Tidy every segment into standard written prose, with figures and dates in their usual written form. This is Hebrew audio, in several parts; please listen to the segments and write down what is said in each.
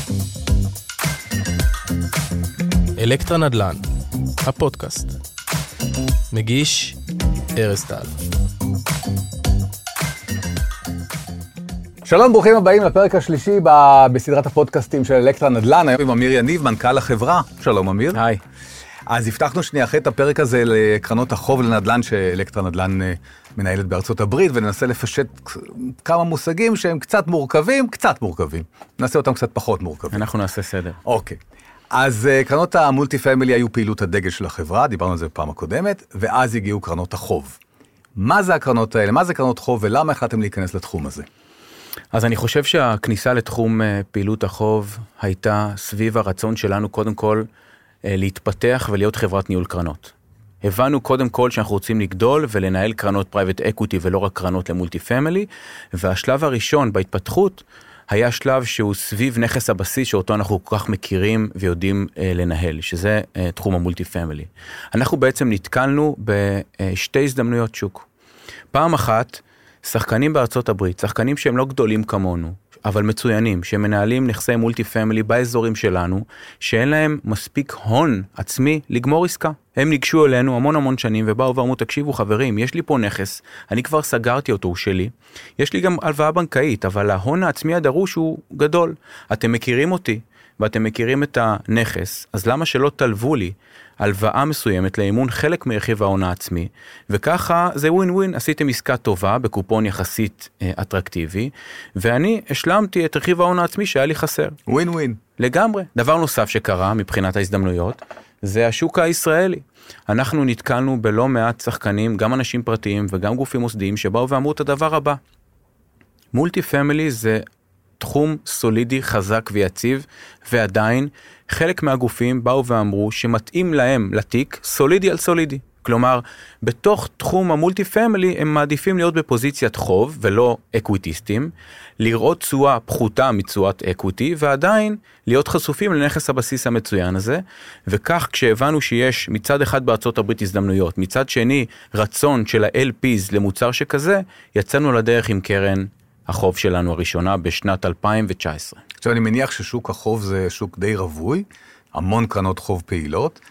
אלקטרה נדל"ן, הפודקאסט. מגיש ארז טל. שלום, ברוכים הבאים לפרק השלישי בסדרת הפודקאסטים של אלקטרה נדל"ן. היום עם אמיר יניב, מנכ"ל החברה. שלום אמיר. היי. אז הבטחנו שנייה אחרי את הפרק הזה לקרנות החוב לנדל"ן שאלקטרה נדל"ן מנהלת בארצות הברית, וננסה לפשט כמה מושגים שהם קצת מורכבים. נעשה אותם קצת פחות מורכבים. אנחנו נעשה סדר. אוקיי. אז קרנות המולטי פמילי היו פעילות הדגל של החברה, דיברנו על זה בפעם הקודמת, ואז הגיעו קרנות החוב. מה זה הקרנות האלה? מה זה קרנות חוב ולמה החלטתם להיכנס לתחום הזה? אז אני חושב שהכניסה לתחום פעילות החוב הייתה סביב הרצון שלנו קודם כל להתפתח ולהיות חברת ניהול קרנות. הבנו קודם כל שאנחנו רוצים לגדול ולנהל קרנות פרייבט אקוויטי ולא רק קרנות למולטי פמילי, והשלב הראשון בהתפתחות היה שלב שהוא סביב נכס הבסיס שאותו אנחנו כל כך מכירים ויודעים לנהל, שזה תחום המולטי פמילי. אנחנו בעצם נתקלנו בשתי הזדמנויות שוק. פעם אחת, שחקנים בארצות הברית, שחקנים שהם לא גדולים כמונו, אבל מצוינים, שמנהלים נכסי מולטי פמילי באזורים שלנו, שאין להם מספיק הון עצמי לגמור עסקה. הם ניגשו אלינו המון שנים ובאו ואמרו, תקשיבו חברים, יש לי פה נכס, אני כבר סגרתי אותו, הוא שלי, יש לי גם הלוואה בנקאית, אבל ההון העצמי הדרוש הוא גדול. אתם מכירים אותי, ואתם מכירים את הנכס, אז למה שלא תלוו לי הלוואה מסוימת לאימון חלק מרכיב ההון העצמי, וככה זה ווין ווין, עשיתם עסקה טובה בקופון יחסית אטרקטיבי, ואני השלמתי את רכיב ההון העצמי שהיה לי חסר. ווין ווין. לגמרי. דבר נוסף שקרה מבחינת ההזדמנויות, זה השוק הישראלי. אנחנו נתקלנו בלא מעט שחקנים, גם אנשים פרטיים וגם גופים מוסדיים, שבאו ואמרו את הדבר הבא. מולטי פמילי זה תחום סולידי, חזק ויציב, ועדיין חלק מהגופים באו ואמרו שמתאים להם לתיק סולידי על סולידי. כלומר, בתוך תחום המולטי פמילי הם מעדיפים להיות בפוזיציית חוב ולא אקוויטיסטים, לראות תשואה פחותה מתשואת אקוויטי, ועדיין להיות חשופים לנכס הבסיס המצוין הזה, וכך כשהבנו שיש מצד אחד בארצות הברית הזדמנויות, מצד שני רצון של ה-LPs למוצר שכזה, יצאנו לדרך עם קרן החוב שלנו הראשונה בשנת 2019. עכשיו אני מניח ששוק החוב זה שוק די רווי, המון קרנות חוב פעילות.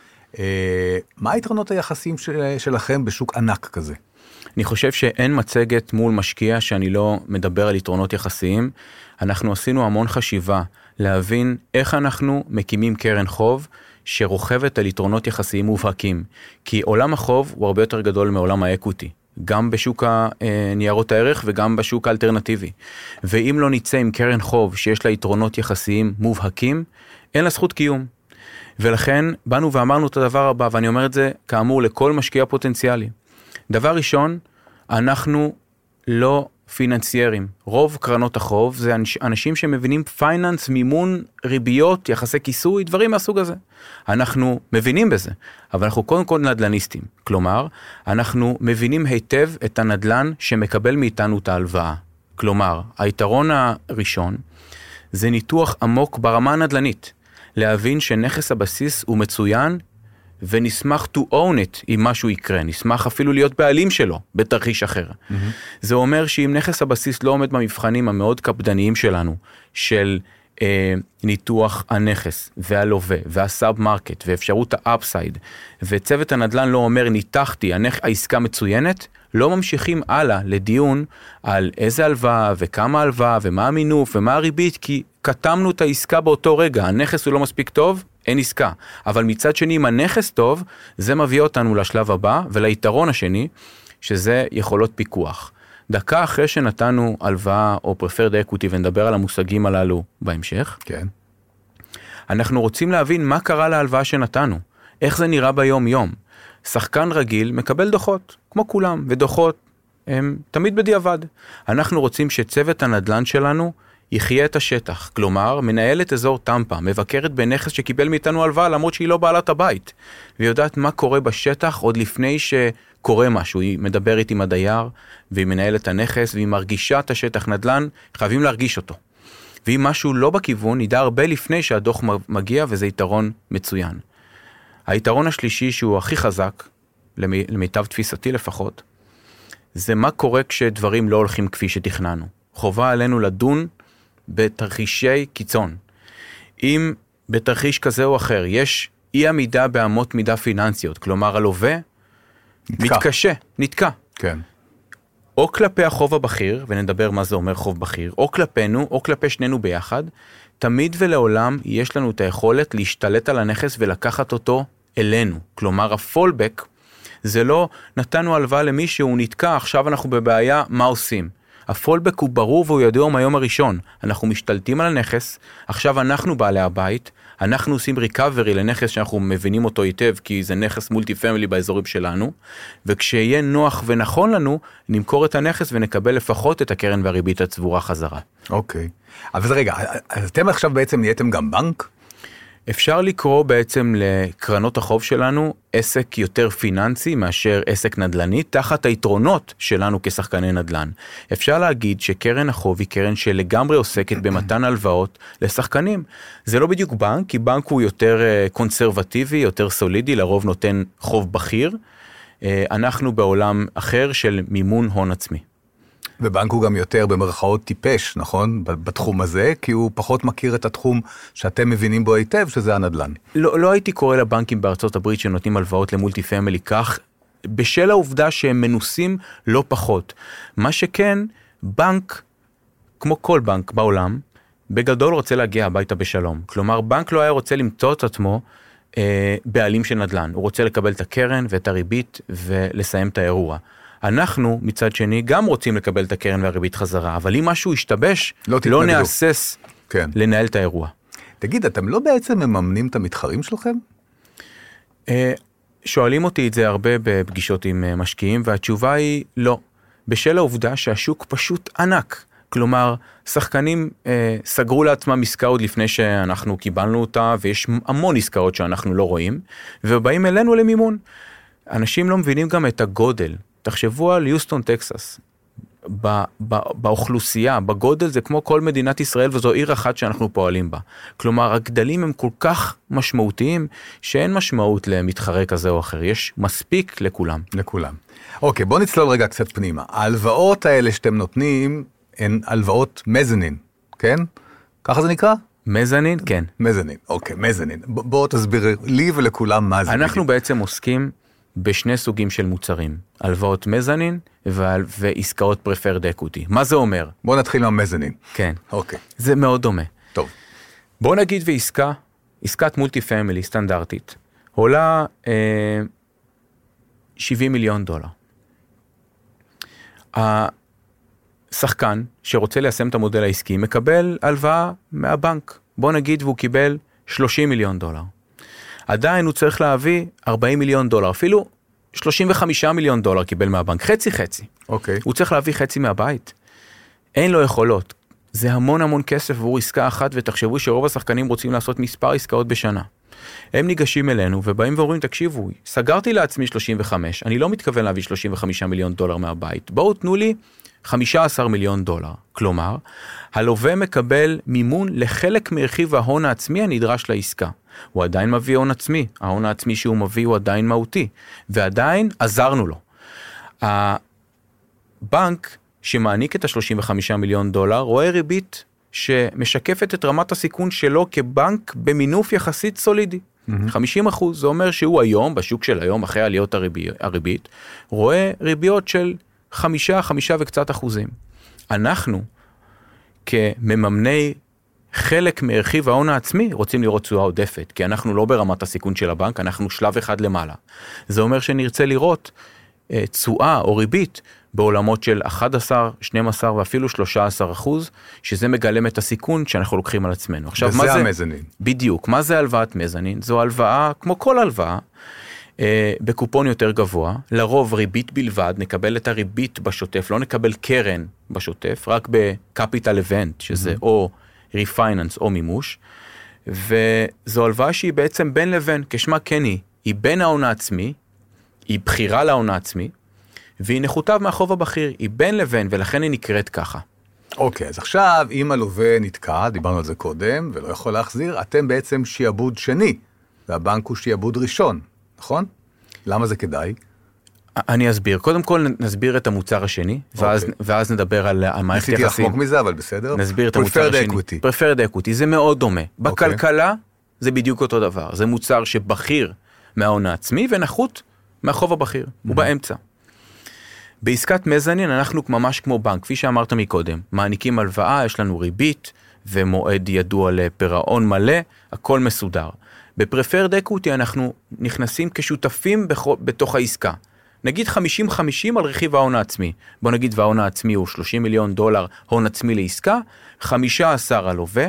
מה היתרונות היחסיים שלכם בשוק ענק כזה? אני חושב שאין מצגת מול משקיע שאני לא מדבר על יתרונות יחסיים. אנחנו עשינו המון חשיבה להבין איך אנחנו מקימים קרן חוב שרוכבת על יתרונות יחסיים מובהקים. כי עולם החוב הוא הרבה יותר גדול מעולם האקוויטי. גם בשוק הניירות הערך וגם בשוק האלטרנטיבי. ואם לא נצא עם קרן חוב שיש לה יתרונות יחסיים מובהקים, אין לה זכות קיום. ולכן באנו ואמרנו את הדבר הבא, ואני אומר את זה כאמור לכל משקיע פוטנציאלי. דבר ראשון, אנחנו לא פיננסיירים. רוב קרנות החוב זה אנשים שמבינים פייננס, מימון, ריביות, יחסי כיסוי, דברים מהסוג הזה. אנחנו מבינים בזה, אבל אנחנו קודם כל נדלניסטים. כלומר, אנחנו מבינים היטב את הנדלן שמקבל מאיתנו את ההלוואה. כלומר, היתרון הראשון זה ניתוח עמוק ברמה הנדלנית. להבין שנכס הבסיס הוא מצוין, ונשמח to own it אם משהו יקרה, נשמח אפילו להיות בעלים שלו, בתרחיש אחר. זה אומר שאם נכס הבסיס לא עומד במבחנים המאוד קפדניים שלנו, של ניתוח הנכס, והלווה, והסאב מרקט, ואפשרות האפסייד, וצוות הנדלן לא אומר ניתחתי, העסקה מצוינת, לא ממשיכים הלאה לדיון על איזה הלוואה, וכמה הלוואה, ומה המינוף, ומה הריבית, כי קטמנו את העסקה באותו רגע, הנכס הוא לא מספיק טוב, אין עסקה. אבל מצד שני, אם הנכס טוב, זה מביא אותנו לשלב הבא, וליתרון השני, שזה יכולות פיקוח. דקה אחרי שנתנו הלוואה או preferred equity, ונדבר על המושגים הללו בהמשך, כן. אנחנו רוצים להבין מה קרה להלוואה שנתנו, איך זה נראה ביום יום. שחקן רגיל מקבל דוחות, כמו כולם, ודוחות הם תמיד בדיעבד. אנחנו רוצים שצוות הנדל"ן שלנו יחיה את השטח, כלומר, מנהלת אזור טמפה, מבקרת בנכס שקיבל מאיתנו הלוואה, למרות שהיא לא בעלת הבית, ויודעת מה קורה בשטח עוד לפני שקורה משהו. היא מדברת עם הדייר, והיא מנהלת הנכס, והיא מרגישה את השטח נדל"ן, חייבים להרגיש אותו. ואם משהו לא בכיוון, נדע הרבה לפני שהדוח מגיע, וזה יתרון מצוין. היתרון השלישי שהוא הכי חזק, למיטב תפיסתי לפחות, זה מה קורה כשדברים לא הולכים כפי שתכננו. חובה עלינו לדון בתרחישי קיצון. אם בתרחיש כזה או אחר יש אי עמידה באמות מידה פיננסיות, כלומר הלווה מתקשה, נתקע. כן. או כלפי החוב הבכיר, ונדבר מה זה אומר חוב בכיר, או כלפינו, או כלפי שנינו ביחד, תמיד ולעולם יש לנו את היכולת להשתלט על הנכס ולקחת אותו אלינו. כלומר, הפולבק זה לא נתנו הלוואה למישהו, הוא נתקע, עכשיו אנחנו בבעיה, מה עושים? הפולבק הוא ברור והוא ידוע מהיום הראשון. אנחנו משתלטים על הנכס, עכשיו אנחנו בעלי הבית, אנחנו עושים ריקאברי לנכס שאנחנו מבינים אותו היטב, כי זה נכס מולטי פמילי באזורים שלנו, וכשיהיה נוח ונכון לנו, נמכור את הנכס ונקבל לפחות את הקרן והריבית הצבורה חזרה. אוקיי. אבל רגע, אתם עכשיו בעצם נהייתם גם בנק? אפשר לקרוא בעצם לקרנות החוב שלנו עסק יותר פיננסי מאשר עסק נדל"ני, תחת היתרונות שלנו כשחקני נדל"ן. אפשר להגיד שקרן החוב היא קרן שלגמרי עוסקת במתן הלוואות לשחקנים. זה לא בדיוק בנק, כי בנק הוא יותר קונסרבטיבי, יותר סולידי, לרוב נותן חוב בכיר. אנחנו בעולם אחר של מימון הון עצמי. ובנק הוא גם יותר במרכאות טיפש, נכון? בתחום הזה, כי הוא פחות מכיר את התחום שאתם מבינים בו היטב, שזה הנדל"ן. לא הייתי קורא לבנקים בארצות הברית שנותנים הלוואות למולטי פמילי כך, בשל העובדה שהם מנוסים לא פחות. מה שכן, בנק, כמו כל בנק בעולם, בגדול רוצה להגיע הביתה בשלום. כלומר, בנק לא היה רוצה למצוא את עצמו בעלים של נדל"ן. הוא רוצה לקבל את הקרן ואת הריבית ולסיים את האירוע. אנחנו מצד שני גם רוצים לקבל את הקרן והריבית חזרה, אבל אם משהו ישתבש, לא נאסס לנהל את האירוע. תגיד, אתם לא בעצם מממנים את המתחרים שלכם? שואלים אותי את זה הרבה בפגישות עם משקיעים, והתשובה היא לא. בשל העובדה שהשוק פשוט ענק. כלומר, שחקנים סגרו לעצמם עסקה עוד לפני שאנחנו קיבלנו אותה, ויש המון עסקאות שאנחנו לא רואים, ובאים אלינו למימון. אנשים לא מבינים גם את הגודל. תחשבו על יוסטון, טקסס. באוכלוסייה, בגודל זה כמו כל מדינת ישראל, וזו עיר אחת שאנחנו פועלים בה. כלומר, הגדלים הם כל כך משמעותיים, שאין משמעות למתחרה כזה או אחר. יש מספיק לכולם. לכולם. אוקיי, בוא נצלול רגע קצת פנימה. ההלוואות האלה שאתם נותנים, הן הלוואות מזנין, כן? ככה זה נקרא? מזנין, כן. מזנין, אוקיי, מזנין. בוא תסביר לי ולכולם מה זה. אנחנו בעצם עוסקים בשני סוגים של מוצרים, הלוואות מזנין ועסקאות פרפרד אקוטי. מה זה אומר? בוא נתחיל מהמזנין. כן. אוקיי. זה מאוד דומה. טוב. בוא נגיד עסקת מולטי פמילי סטנדרטית, עולה $70 מיליון. השחקן שרוצה ליישם את המודל העסקי מקבל הלוואה מהבנק. בוא נגיד והוא קיבל $30 מיליון. עדיין הוא צריך להביא $40 מיליון, אפילו $35 מיליון קיבל מהבנק, חצי. אוקיי. הוא צריך להביא חצי מהבית. אין לו יכולות. זה המון כסף עבור עסקה אחת, ותחשבו שרוב השחקנים רוצים לעשות מספר עסקאות בשנה. הם ניגשים אלינו ובאים ואומרים, תקשיבו, סגרתי לעצמי 35, אני לא מתכוון להביא $35 מיליון מהבית. בואו תנו לי $15 מיליון. כלומר, הלווה מקבל מימון לחלק מרכיב ההון העצמי הנדרש לעסקה. הוא עדיין מביא הון עצמי, ההון העצמי שהוא מביא הוא עדיין מהותי, ועדיין עזרנו לו. הבנק שמעניק את $35 מיליון רואה ריבית שמשקפת את רמת הסיכון שלו כבנק במינוף יחסית סולידי. 50%, זה אומר שהוא היום, בשוק של היום, אחרי עליות הריבית, רואה ריביות של 5 וקצת אחוזים. אנחנו, כמממני חלק מרכיב ההון העצמי, רוצים לראות תשואה עודפת, כי אנחנו לא ברמת הסיכון של הבנק, אנחנו שלב אחד למעלה. זה אומר שנרצה לראות תשואה או ריבית בעולמות של 11, 12 ואפילו 13%, שזה מגלם את הסיכון שאנחנו לוקחים על עצמנו. עכשיו, וזה המזנין. בדיוק. מה זה הלוואת מזנין? זו הלוואה, כמו כל הלוואה, בקופון יותר גבוה, לרוב ריבית בלבד, נקבל את הריבית בשוטף, לא נקבל קרן בשוטף, רק בקפיטל איבנט, שזה או ריפייננס או מימוש, וזו הלוואה שהיא בעצם בין לבין, כשמה כן היא בין ההון העצמי, היא בחירה להון העצמי, והיא נחותיו מהחוב הבכיר, היא בין לבין, ולכן היא נקראת ככה. אוקיי, אז עכשיו, אם הלווה נתקע, דיברנו על זה קודם, ולא יכול להחזיר, אתם בעצם שיעבוד שני, והבנק הוא שיעבוד ראשון, נכון? למה זה כדאי? אני אסביר. קודם כל נסביר את המוצר השני, ואז נדבר על מערכת יחסים. ניסיתי לחמוק מזה, אבל בסדר. נסביר את המוצר השני. Preferred equity. זה מאוד דומה. בכלכלה זה בדיוק אותו דבר. זה מוצר שבכיר מההון העצמי ונחות מהחוב הבכיר. הוא באמצע. בעסקת מזנין אנחנו ממש כמו בנק, כפי שאמרת מקודם. מעניקים הלוואה, יש לנו ריבית ומועד ידוע לפירעון מלא, הכל מסודר. בפרפרד אקוויטי אנחנו נכנסים כשותפים בתוך העסקה. נגיד 50-50 על רכיב ההון העצמי. בוא נגיד וההון העצמי הוא $30 מיליון הון עצמי לעסקה, 15 הלווה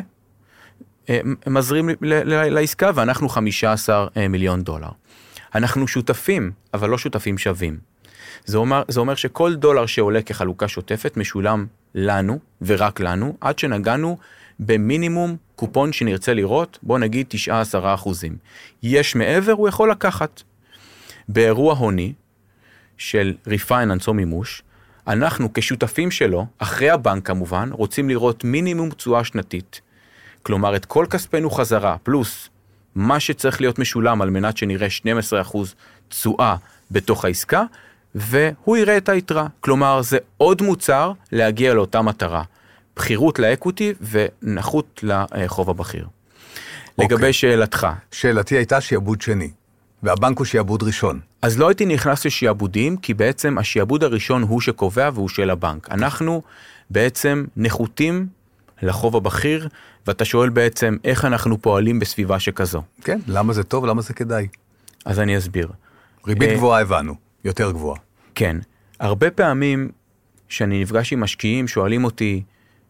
מזרים לעסקה ואנחנו $15 מיליון. אנחנו שותפים, אבל לא שותפים שווים. זה אומר שכל דולר שעולה כחלוקה שוטפת משולם לנו ורק לנו, עד שנגענו במינימום קופון שנרצה לראות, בוא נגיד 9-10%. יש מעבר, הוא יכול לקחת. באירוע הוני של ריפייננס או מימוש, אנחנו כשותפים שלו, אחרי הבנק כמובן, רוצים לראות מינימום תשואה שנתית. כלומר, את כל כספנו חזרה, פלוס מה שצריך להיות משולם על מנת שנראה 12% תשואה בתוך העסקה, והוא יראה את היתרה. כלומר, זה עוד מוצר להגיע לאותה מטרה. בחירות לאקוויטי ונחות לחוב הבכיר. לגבי שאלתך. שאלתי הייתה שיעבוד שני, והבנק הוא שיעבוד ראשון. אז לא הייתי נכנס לשיעבודים, כי בעצם השיעבוד הראשון הוא שקובע והוא של הבנק. אנחנו בעצם נחותים לחוב הבכיר, ואתה שואל בעצם איך אנחנו פועלים בסביבה שכזו. כן, למה זה טוב, למה זה כדאי? אז אני אסביר. ריבית גבוהה הבנו, יותר גבוהה. כן, הרבה פעמים שאני נפגש עם משקיעים שואלים אותי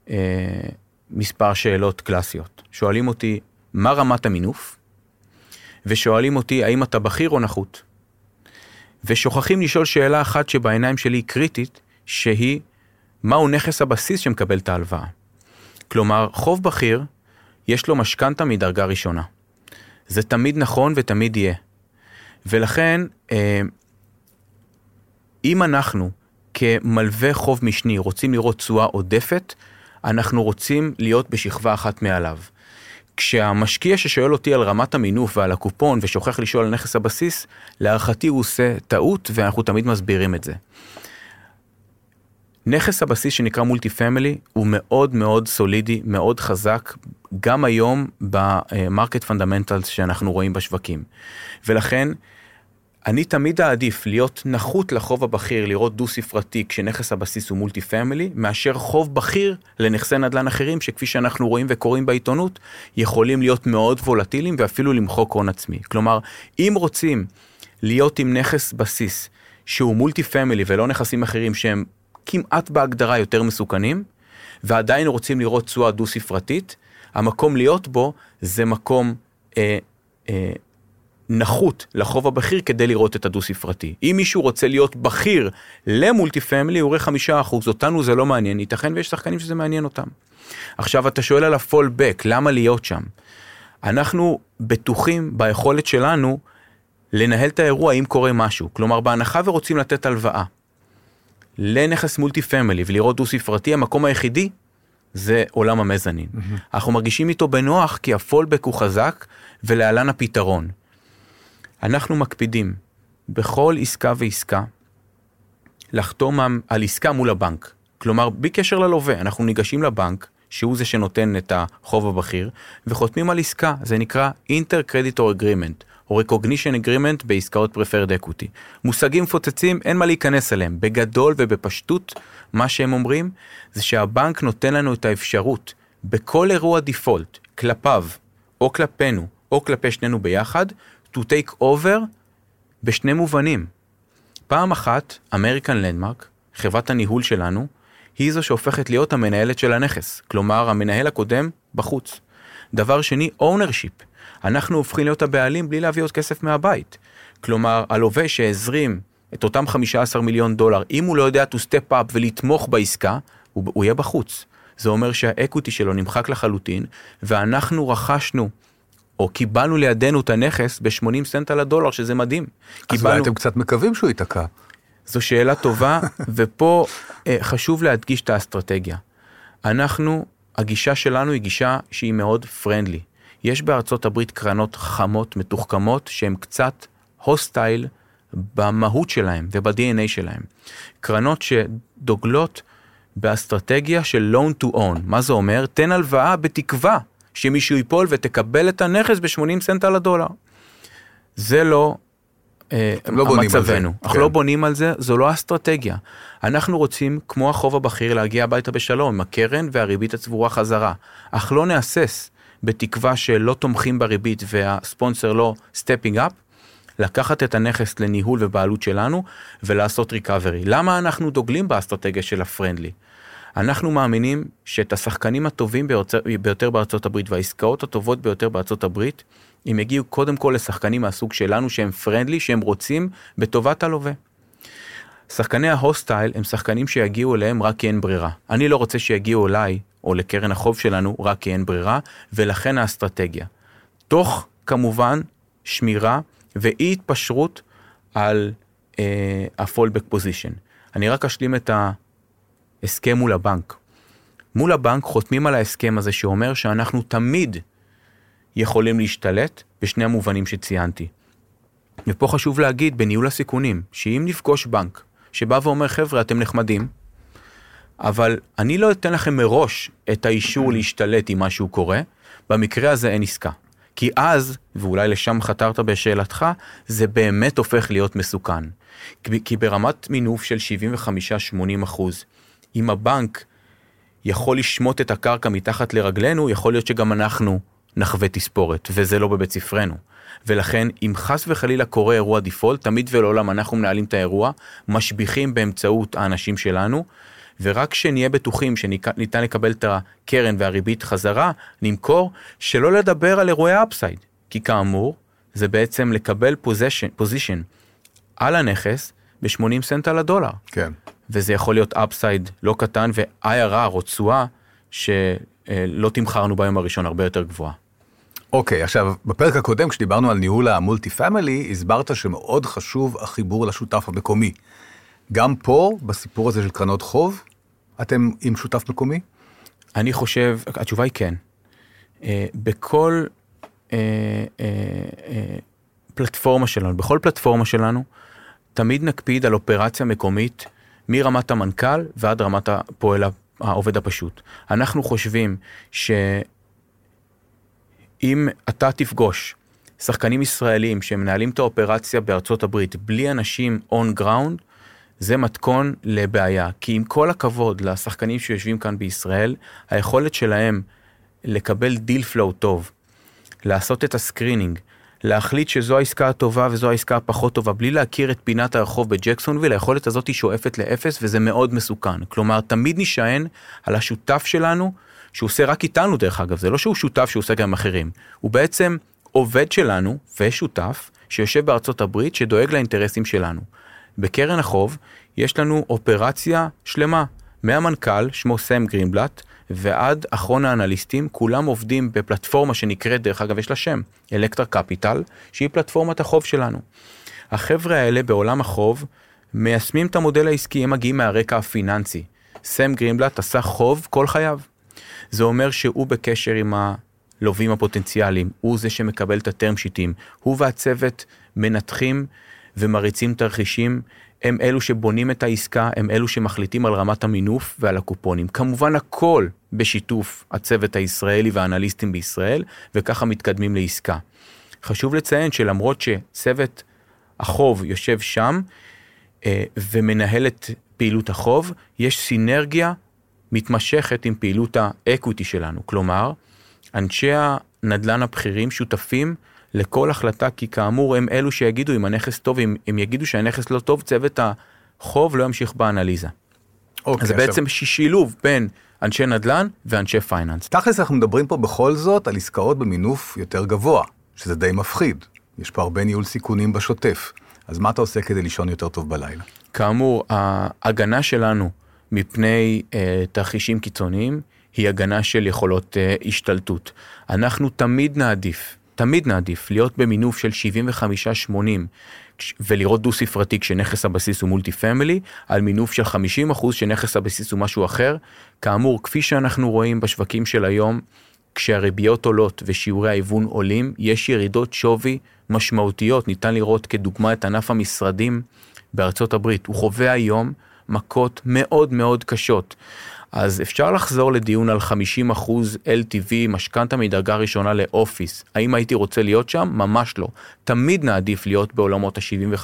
מספר שאלות קלאסיות. שואלים אותי מה רמת המינוף, ושואלים אותי האם אתה בכיר או נחות. ושוכחים לשאול שאלה אחת שבעיניים שלי היא קריטית, שהיא מהו נכס הבסיס שמקבל את ההלוואה. כלומר, חוב בכיר יש לו משכנתה מדרגה ראשונה. זה תמיד נכון ותמיד יהיה. ולכן, אם אנחנו כמלווה חוב משני רוצים לראות תשואה עודפת, אנחנו רוצים להיות בשכבה אחת מעליו. כשהמשקיע ששואל אותי על רמת המינוף ועל הקופון ושוכח לשאול על נכס הבסיס, להערכתי הוא עושה טעות ואנחנו תמיד מסבירים את זה. נכס הבסיס שנקרא מולטי פמילי הוא מאוד מאוד סולידי, מאוד חזק, גם היום במרקט פונדמנטלס שאנחנו רואים בשווקים. ולכן אני תמיד אעדיף להיות נחות לחוב הבכיר, לראות דו ספרתי כשנכס הבסיס הוא מולטי פמילי, מאשר חוב בכיר לנכסי נדל"ן אחרים, שכפי שאנחנו רואים וקוראים בעיתונות, יכולים להיות מאוד וולטיליים ואפילו למחוק הון עצמי. כלומר, אם רוצים להיות עם נכס בסיס שהוא מולטי פמילי ולא נכסים אחרים שהם כמעט בהגדרה יותר מסוכנים, ועדיין רוצים לראות תשואה דו ספרתית, המקום להיות בו זה מקום נחות לחוב הבכיר כדי לראות את הדו ספרתי. אם מישהו רוצה להיות בכיר למולטי פמילי, הוא רואה 5%, אותנו זה לא מעניין, ייתכן ויש שחקנים שזה מעניין אותם. עכשיו אתה שואל על הפולבק, למה להיות שם? אנחנו בטוחים ביכולת שלנו לנהל את האירוע אם קורה משהו. כלומר, בהנחה ורוצים לתת הלוואה לנכס מולטי פמילי ולראות דו ספרתי, המקום היחידי זה עולם המזנין. אנחנו מרגישים איתו בנוח כי הפולבק הוא חזק ולהלן הפתרון. אנחנו מקפידים בכל עסקה ועסקה לחתום על עסקה מול הבנק. כלומר, בלי קשר ללווה, אנחנו ניגשים לבנק, שהוא זה שנותן את החוב הבכיר, וחותמים על עסקה. זה נקרא Inter-Creditor Agreement, או Recognition Agreement בעסקאות Preferred Equity. מושגים פוצצים, אין מה להיכנס אליהם. בגדול ובפשטות, מה שהם אומרים, זה שהבנק נותן לנו את האפשרות, בכל אירוע דיפולט, כלפיו, או כלפינו, או כלפי שנינו ביחד, to take over בשני מובנים. פעם אחת, American Landmark, חברת הניהול שלנו, היא זו שהופכת להיות המנהלת של הנכס. כלומר, המנהל הקודם בחוץ. דבר שני, ownership. אנחנו הופכים להיות הבעלים בלי להביא עוד כסף מהבית. כלומר, הלווה שהזרים את אותם $15 מיליון, אם הוא לא יודע to step up ולתמוך בעסקה, הוא יהיה בחוץ. זה אומר שהאקוויטי שלו נמחק לחלוטין, ואנחנו רכשנו או קיבלנו לידינו את הנכס ב-80 סנט על הדולר, שזה מדהים. אז אולי אתם קצת מקווים שהוא ייתקע. זו שאלה טובה, ופה חשוב להדגיש את האסטרטגיה. הגישה שלנו היא גישה שהיא מאוד פרנדלי. יש בארצות הברית קרנות חמות, מתוחכמות, שהן קצת הוסטייל במהות שלהם וב-DNA שלהם. קרנות שדוגלות באסטרטגיה של loan to own. מה זה אומר? תן הלוואה בתקווה שמישהו ייפול ותקבל את הנכס ב-80 סנט על הדולר. זה לא מצבנו. אנחנו לא בונים על זה, זו לא אסטרטגיה. אנחנו רוצים, כמו החוב הבכיר, להגיע הביתה בשלום, עם הקרן והריבית הצבורה חזרה. אך לא נאסס בתקווה שלא תומכים בריבית והספונסר לא stepping up, לקחת את הנכס לניהול ובעלות שלנו ולעשות ריקאברי. למה אנחנו דוגלים באסטרטגיה של הפרנדלי? אנחנו מאמינים שאת השחקנים הטובים ביותר בארצות הברית והעסקאות הטובות ביותר בארצות הברית, הם יגיעו קודם כל לשחקנים מהסוג שלנו שהם פרנדלי, שהם רוצים בטובת הלווה. שחקני ההוסטייל הם שחקנים שיגיעו אליהם רק כי אין ברירה. אני לא רוצה שיגיעו אליי או לקרן החוב שלנו רק כי אין ברירה, ולכן האסטרטגיה. תוך כמובן שמירה ואי התפשרות על ה-fallback position. אני רק אשלים את ההסכם מול הבנק. מול הבנק חותמים על ההסכם הזה שאומר שאנחנו תמיד יכולים להשתלט בשני המובנים שציינתי. ופה חשוב להגיד בניהול הסיכונים, שאם נפגוש בנק שבא ואומר חבר'ה אתם נחמדים, אבל אני לא אתן לכם מראש את האישור להשתלט אם משהו קורה, במקרה הזה אין עסקה. כי אז, ואולי לשם חתרת בשאלתך, זה באמת הופך להיות מסוכן. כי ברמת מינוף של 75-80%, אם הבנק יכול לשמוט את הקרקע מתחת לרגלינו, יכול להיות שגם אנחנו נחווה תספורת, וזה לא בבית ספרנו. ולכן, אם חס וחלילה קורה אירוע דיפולט, תמיד ולעולם אנחנו מנהלים את האירוע, משביחים באמצעות האנשים שלנו, ורק שנהיה בטוחים שניתן לקבל את הקרן והריבית חזרה, נמכור, שלא לדבר על אירועי אפסייד. כי כאמור, זה בעצם לקבל פוזישן על הנכס ב-80 סנט על הדולר. כן. וזה יכול להיות אפסייד לא קטן, ו-IRR או תשואה שלא תמכרנו ביום הראשון הרבה יותר גבוהה. אוקיי, עכשיו, בפרק הקודם, כשדיברנו על ניהול המולטי פמילי, הסברת שמאוד חשוב החיבור לשותף המקומי. גם פה, בסיפור הזה של קרנות חוב, אתם עם שותף מקומי? אני חושב, התשובה היא כן. בכל פלטפורמה שלנו, בכל פלטפורמה שלנו, תמיד נקפיד על אופרציה מקומית, מרמת המנכ"ל ועד רמת הפועל העובד הפשוט. אנחנו חושבים שאם אתה תפגוש שחקנים ישראלים שמנהלים את האופרציה בארצות הברית, בלי אנשים on ground, זה מתכון לבעיה, כי עם כל הכבוד לשחקנים שיושבים כאן בישראל, היכולת שלהם לקבל דיל פלואו טוב, לעשות את הסקרינינג, להחליט שזו העסקה הטובה וזו העסקה הפחות טובה, בלי להכיר את פינת הרחוב בג'קסונוויל, היכולת הזאת היא שואפת לאפס וזה מאוד מסוכן. כלומר, תמיד נשען על השותף שלנו, שהוא עושה רק איתנו דרך אגב, זה לא שהוא שותף שהוא עושה גם אחרים, הוא בעצם עובד שלנו ושותף שיושב בארצות הברית שדואג לאינטרסים שלנו. בקרן החוב יש לנו אופרציה שלמה, מהמנכ"ל, שמו סם גרינבלט, ועד אחרון האנליסטים, כולם עובדים בפלטפורמה שנקראת, דרך אגב יש לה שם, אלקטרה קפיטל, שהיא פלטפורמת החוב שלנו. החבר'ה האלה בעולם החוב, מיישמים את המודל העסקי, הם מגיעים מהרקע הפיננסי. סם גרינבלט עשה חוב כל חייו. זה אומר שהוא בקשר עם הלווים הפוטנציאליים, הוא זה שמקבל את הטרם שיטים, הוא והצוות מנתחים ומריצים תרחישים, הם אלו שבונים את העסקה, הם אלו שמחליטים על רמת המינוף ועל הקופונים. כמובן הכל בשיתוף הצוות הישראלי והאנליסטים בישראל, וככה מתקדמים לעסקה. חשוב לציין שלמרות שצוות החוב יושב שם, ומנהל את פעילות החוב, יש סינרגיה מתמשכת עם פעילות האקוויטי שלנו. כלומר, אנשי הנדל"ן הבכירים שותפים לכל החלטה, כי כאמור הם אלו שיגידו אם הנכס טוב, אם יגידו שהנכס לא טוב, צוות החוב לא ימשיך באנליזה. אז זה בעצם שילוב בין אנשי נדל"ן ואנשי פייננס. תכלס אנחנו מדברים פה בכל זאת על עסקאות במינוף יותר גבוה, שזה די מפחיד. יש פה הרבה ניהול סיכונים בשוטף. אז מה אתה עושה כדי לישון יותר טוב בלילה? כאמור, ההגנה שלנו מפני תרחישים קיצוניים, היא הגנה של יכולות השתלטות. אנחנו תמיד נעדיף להיות במינוף של 75-80 ולראות דו ספרתי כשנכס הבסיס הוא מולטי פמילי, על מינוף של 50% שנכס הבסיס הוא משהו אחר. כאמור, כפי שאנחנו רואים בשווקים של היום, כשהריביות עולות ושיעורי ההיוון עולים, יש ירידות שווי משמעותיות. ניתן לראות כדוגמה את ענף המשרדים בארצות הברית. הוא חווה היום מכות מאוד מאוד קשות. אז אפשר לחזור לדיון על 50% LTV, משכנתה מדרגה ראשונה לאופיס. האם הייתי רוצה להיות שם? ממש לא. תמיד נעדיף להיות בעולמות ה-75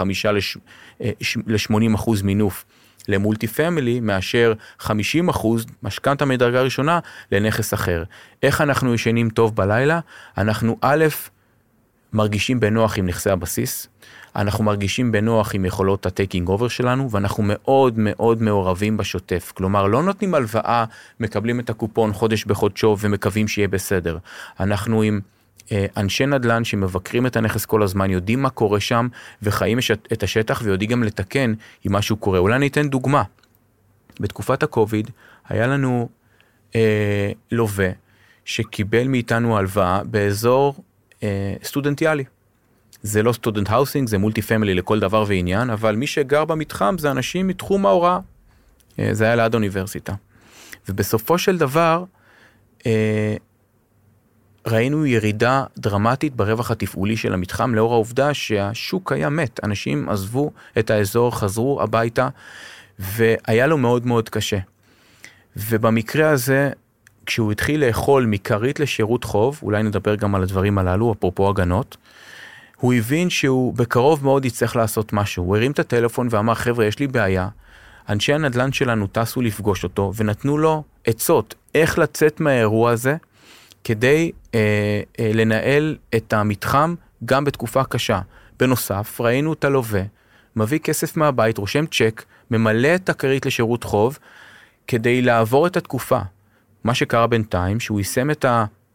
ל-80% מינוף למולטי פמילי, מאשר 50% משכנתה מדרגה ראשונה לנכס אחר. איך אנחנו ישנים טוב בלילה? אנחנו מרגישים בנוח עם נכסי הבסיס, אנחנו מרגישים בנוח עם יכולות הטייקינג אובר שלנו, ואנחנו מאוד מאוד מעורבים בשוטף. כלומר, לא נותנים הלוואה, מקבלים את הקופון חודש בחודשו ומקווים שיהיה בסדר. אנחנו עם אנשי נדל"ן שמבקרים את הנכס כל הזמן, יודעים מה קורה שם, וחיים את השטח, ויודעים גם לתקן אם משהו קורה. אולי ניתן דוגמה. בתקופת הקוביד, היה לנו לווה, שקיבל מאיתנו הלוואה באזור סטודנטיאלי. זה לא סטודנט האוסינג, זה מולטי פמילי לכל דבר ועניין, אבל מי שגר במתחם זה אנשים מתחום ההוראה. זה היה ליד אוניברסיטה. ובסופו של דבר, ראינו ירידה דרמטית ברווח התפעולי של המתחם, לאור העובדה שהשוק היה מת. אנשים עזבו את האזור, חזרו הביתה, והיה לו מאוד מאוד קשה. ובמקרה הזה, כשהוא התחיל לאכול מכרית לשירות חוב, אולי נדבר גם על הדברים הללו, אפרופו הגנות, הוא הבין שהוא בקרוב מאוד יצטרך לעשות משהו. הוא הרים את הטלפון ואמר, חבר'ה, יש לי בעיה. אנשי הנדל"ן שלנו טסו לפגוש אותו, ונתנו לו עצות איך לצאת מהאירוע הזה, כדי לנהל את המתחם גם בתקופה קשה. בנוסף, ראינו את הלווה, מביא כסף מהבית, רושם צ'ק, ממלא את הכרית לשירות חוב, כדי לעבור את התקופה. מה שקרה בינתיים, שהוא יישם את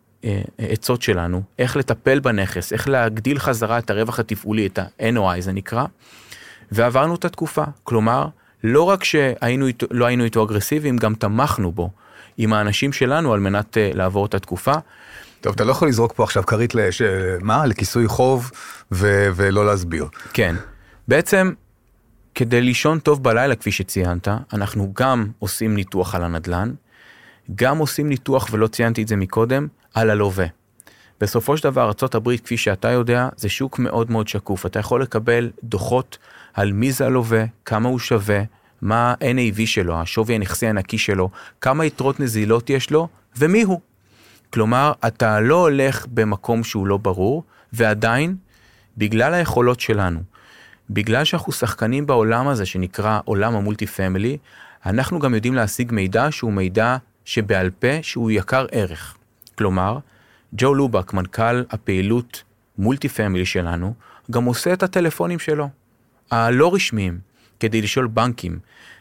העצות שלנו, איך לטפל בנכס, איך להגדיל חזרה את הרווח התפעולי, את ה-NOI זה נקרא, ועברנו את התקופה. כלומר, לא רק שלא היינו איתו אגרסיביים, גם תמכנו בו עם האנשים שלנו על מנת לעבור את התקופה. טוב, אתה לא יכול לזרוק פה עכשיו כרית לכיסוי חוב ולא להסביר. כן. בעצם, כדי לישון טוב בלילה, כפי שציינת, אנחנו גם עושים ניתוח על הנדל"ן, גם עושים ניתוח, ולא ציינתי את זה מקודם, על הלווה. בסופו של דבר, ארצות הברית, כפי שאתה יודע, זה שוק מאוד מאוד שקוף. אתה יכול לקבל דוחות על מי זה הלווה, כמה הוא שווה, מה ה-NAV שלו, השווי הנכסי הנקי שלו, כמה יתרות נזילות יש לו, ומי הוא. כלומר, אתה לא הולך במקום שהוא לא ברור, ועדיין, בגלל היכולות שלנו, בגלל שאנחנו שחקנים בעולם הזה, שנקרא עולם המולטי פמילי, אנחנו גם יודעים להשיג מידע שהוא מידע שבעל פה, שהוא יקר ערך. כלומר, ג'ו לובק, מנכ"ל הפעילות מולטי פמילי שלנו, גם עושה את הטלפונים שלו, הלא רשמיים, כדי לשאול בנקים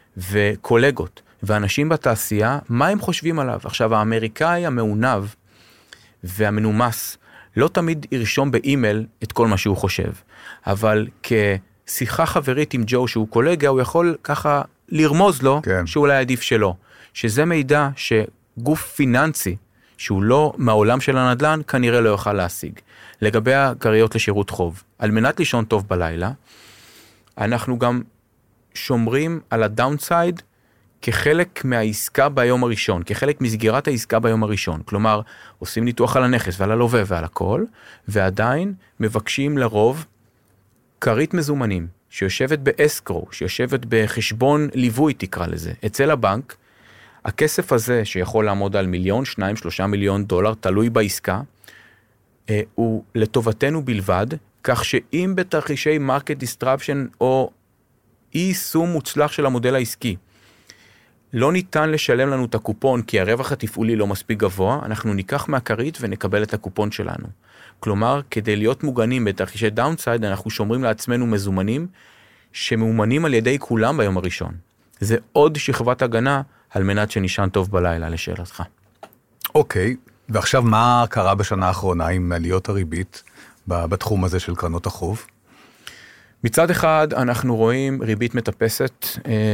וקולגות ואנשים בתעשייה, מה הם חושבים עליו. עכשיו, האמריקאי המעונב והמנומס, לא תמיד ירשום באימייל את כל מה שהוא חושב, אבל כשיחה חברית עם ג'ו שהוא קולגה, הוא יכול ככה לרמוז לו שאולי עדיף שלו. שזה מידע שגוף פיננסי, שהוא לא מהעולם של הנדל"ן, כנראה לא יוכל להשיג. לגבי הכריות לשירות חוב, על מנת לישון טוב בלילה, אנחנו גם שומרים על הדאונסייד כחלק מהעסקה ביום הראשון, כחלק מסגירת העסקה ביום הראשון. כלומר, עושים ניתוח על הנכס ועל הלווה ועל הכל, ועדיין מבקשים לרוב כרית מזומנים, שיושבת באסקרו, שיושבת בחשבון ליווי תקרא לזה, אצל הבנק. הכסף הזה שיכול לעמוד על $1, 2, 3 מיליון דולר, תלוי בעסקה, הוא לטובתנו בלבד, כך שאם בתרחישי מרקט דיסטרפשן או אי יישום מוצלח של המודל העסקי, לא ניתן לשלם לנו את הקופון כי הרווח התפעולי לא מספיק גבוה, אנחנו ניקח מהכרית ונקבל את הקופון שלנו. כלומר, כדי להיות מוגנים בתרחישי דאונסייד, אנחנו שומרים לעצמנו מזומנים שמאומנים על ידי כולם ביום הראשון. זה עוד שכבת הגנה על מנת שנשען טוב בלילה, לשאלתך. אוקיי, ועכשיו מה קרה בשנה האחרונה עם עליות הריבית בתחום הזה של קרנות החוב? מצד אחד אנחנו רואים ריבית מטפסת,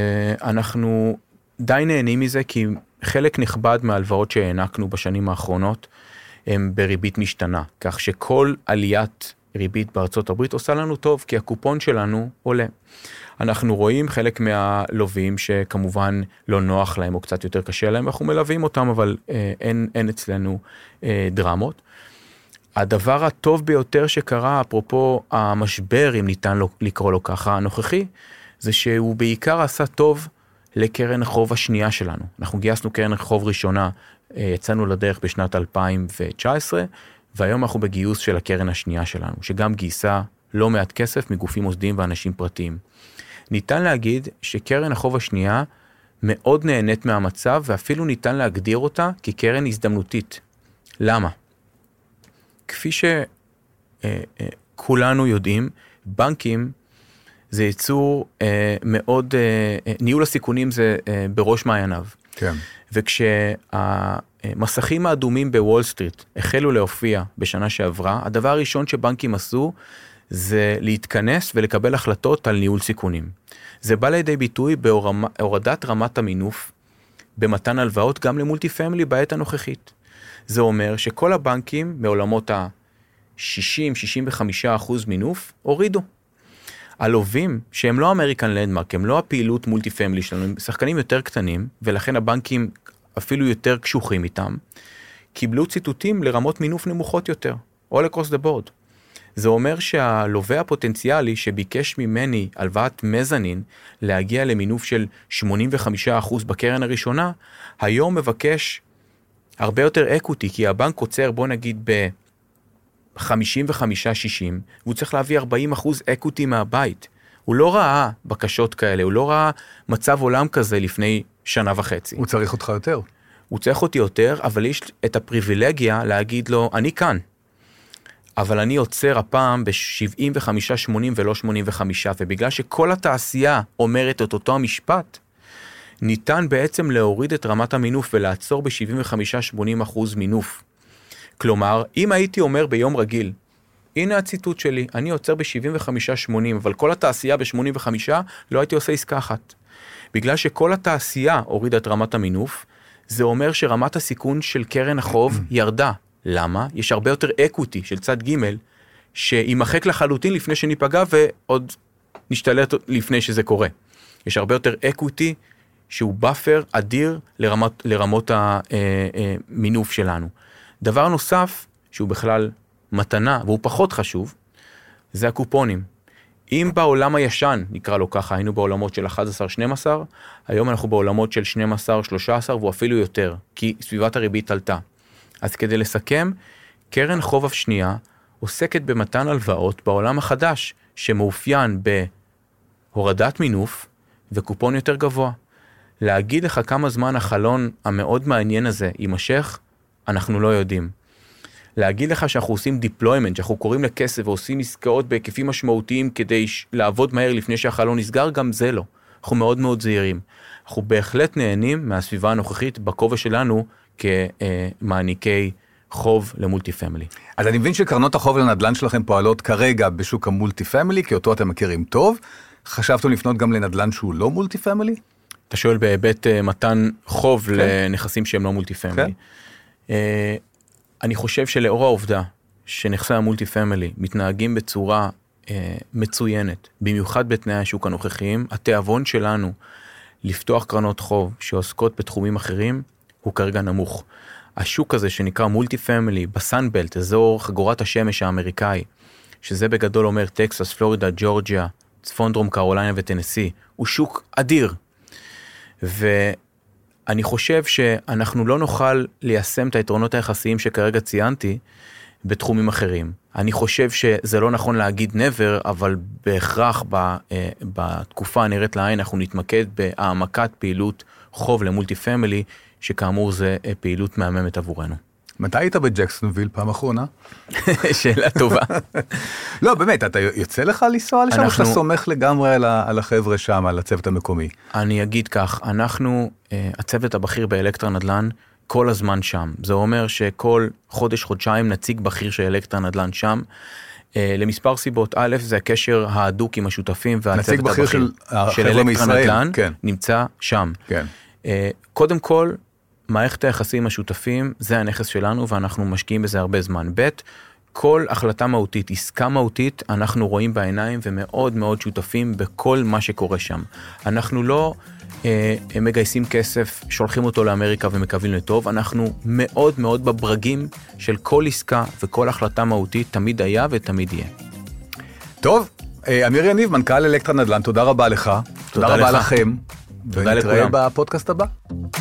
אנחנו די נהנים מזה כי חלק נכבד מהלוואות שהענקנו בשנים האחרונות הם בריבית משתנה, כך שכל עליית ריבית בארצות הברית עושה לנו טוב, כי הקופון שלנו עולה. אנחנו רואים חלק מהלווים שכמובן לא נוח להם או קצת יותר קשה להם, אנחנו מלווים אותם, אבל אין אצלנו דרמות. הדבר הטוב ביותר שקרה, אפרופו המשבר, אם ניתן לקרוא לו ככה, הנוכחי, זה שהוא בעיקר עשה טוב לקרן החוב השנייה שלנו. אנחנו גייסנו קרן חוב ראשונה, יצאנו לדרך בשנת 2019, והיום אנחנו בגיוס של הקרן השנייה שלנו, שגם גייסה לא מעט כסף מגופים מוסדיים ואנשים פרטיים. ניתן להגיד שקרן החוב השנייה מאוד נהנית מהמצב, ואפילו ניתן להגדיר אותה כקרן הזדמנותית. למה? כפי שכולנו יודעים, בנקים זה יצור מאוד, ניהול הסיכונים זה בראש מעייניו. כן. וכשהמסכים האדומים בוול סטריט החלו להופיע בשנה שעברה, הדבר הראשון שבנקים עשו זה להתכנס ולקבל החלטות על ניהול סיכונים. זה בא לידי ביטוי בהורדת רמת המינוף במתן הלוואות גם למולטי פמילי בעת הנוכחית. זה אומר שכל הבנקים מעולמות ה-60-65% מינוף הורידו. הלווים שהם לא אמריקן לנדמרק, הם לא הפעילות מולטי פמילי שלנו, הם שחקנים יותר קטנים, ולכן הבנקים אפילו יותר קשוחים איתם, קיבלו ציטוטים לרמות מינוף נמוכות יותר, all across the board. זה אומר שהלווה הפוטנציאלי שביקש ממני הלוואת מזנין להגיע למינוף של 85% בקרן הראשונה, היום מבקש הרבה יותר אקוטי, כי הבנק עוצר, בוא נגיד ב-55-60, והוא צריך להביא 40% אקוטי מהבית. הוא לא ראה בקשות כאלה, הוא לא ראה מצב עולם כזה לפני שנה וחצי. הוא צריך אותך יותר. הוא צריך אותי יותר, אבל יש את הפריבילגיה להגיד לו, אני כאן. אבל אני עוצר הפעם ב-75-80 ולא 85, ובגלל שכל התעשייה אומרת את אותו המשפט, ניתן בעצם להוריד את רמת המינוף ולעצור ב-75-80% מינוף. כלומר, אם הייתי אומר ביום רגיל, הנה הציטוט שלי, אני עוצר ב-75-80, אבל כל התעשייה ב-85, לא הייתי עושה עסקה אחת. בגלל שכל התעשייה הורידה את רמת המינוף, זה אומר שרמת הסיכון של קרן החוב ירדה. למה? יש הרבה יותר אקוטי של צד ג' שימחק לחלוטין לפני שניפגע ועוד נשתלט לפני שזה קורה. יש הרבה יותר אקוטי שהוא באפר אדיר לרמות המינוף שלנו. דבר נוסף שהוא בכלל מתנה והוא פחות חשוב, זה הקופונים. אם בעולם הישן, נקרא לו ככה, היינו בעולמות של 11-12, היום אנחנו בעולמות של 12-13 והוא אפילו יותר, כי סביבת הריבית עלתה. אז כדי לסכם, קרן חוב השנייה עוסקת במתן הלוואות בעולם החדש, שמאופיין בהורדת מינוף וקופון יותר גבוה. להגיד לך כמה זמן החלון המאוד מעניין הזה יימשך, אנחנו לא יודעים. להגיד לך שאנחנו עושים deployment, שאנחנו קוראים לכסף ועושים עסקאות בהיקפים משמעותיים כדי לעבוד מהר לפני שהחלון נסגר, גם זה לא. אנחנו מאוד מאוד זהירים. אנחנו בהחלט נהנים מהסביבה הנוכחית בכובע שלנו כמעניקי חוב למולטי פמילי. אז אני מבין שקרנות החוב לנדל"ן שלכם פועלות כרגע בשוק המולטי פמילי, כי אותו אתם מכירים טוב. חשבתם לפנות גם לנדל"ן שהוא לא מולטי פמילי? אתה שואל בהיבט מתן חוב לנכסים שהם לא מולטי פמילי. אני חושב שלאור העובדה שנכסי המולטי פמילי מתנהגים בצורה מצוינת, במיוחד בתנאי השוק הנוכחיים, התיאבון שלנו לפתוח קרנות חוב שעוסקות בתחומים אחרים, הוא כרגע נמוך. השוק הזה שנקרא מולטי פמילי, בסנבלט, אזור חגורת השמש האמריקאי, שזה בגדול אומר טקסס, פלורידה, ג'ורג'יה, צפון דרום קרוליינה וטנסי, הוא שוק אדיר. ואני חושב שאנחנו לא נוכל ליישם את היתרונות היחסיים שכרגע ציינתי בתחומים אחרים. אני חושב שזה לא נכון להגיד never, אבל בהכרח בתקופה הנראית לעין אנחנו נתמקד בהעמקת פעילות חוב למולטי פמילי, שכאמור זה פעילות מהממת עבורנו. מתי היית בג'קסונוויל פעם אחרונה? שאלה טובה. לא, באמת, אתה יוצא לך לנסוע לשם, או שאתה סומך לגמרי על החבר'ה שם, על הצוות המקומי? אני אגיד כך, אנחנו, הצוות הבכיר באלקטרה נדל"ן, כל הזמן שם. זה אומר שכל חודש-חודשיים נציג בכיר של אלקטרה נדל"ן שם, למספר סיבות. א', זה הקשר ההדוק עם השותפים, והצוות הבכיר של אלקטרה נדל"ן נמצא שם. כן. קודם כל, מערכת היחסים השותפים, זה הנכס שלנו, ואנחנו משקיעים בזה הרבה זמן. ב', כל החלטה מהותית, עסקה מהותית, אנחנו רואים בעיניים ומאוד מאוד שותפים בכל מה שקורה שם. אנחנו לא מגייסים כסף, שולחים אותו לאמריקה ומקווים לטוב, אנחנו מאוד מאוד בברגים של כל עסקה וכל החלטה מהותית, תמיד היה ותמיד יהיה. טוב, אמיר יניב, מנכ"ל אלקטרה נדל"ן, תודה רבה לך. תודה רבה לכם. תודה לכולם. ונתראה בפודקאסט הבא.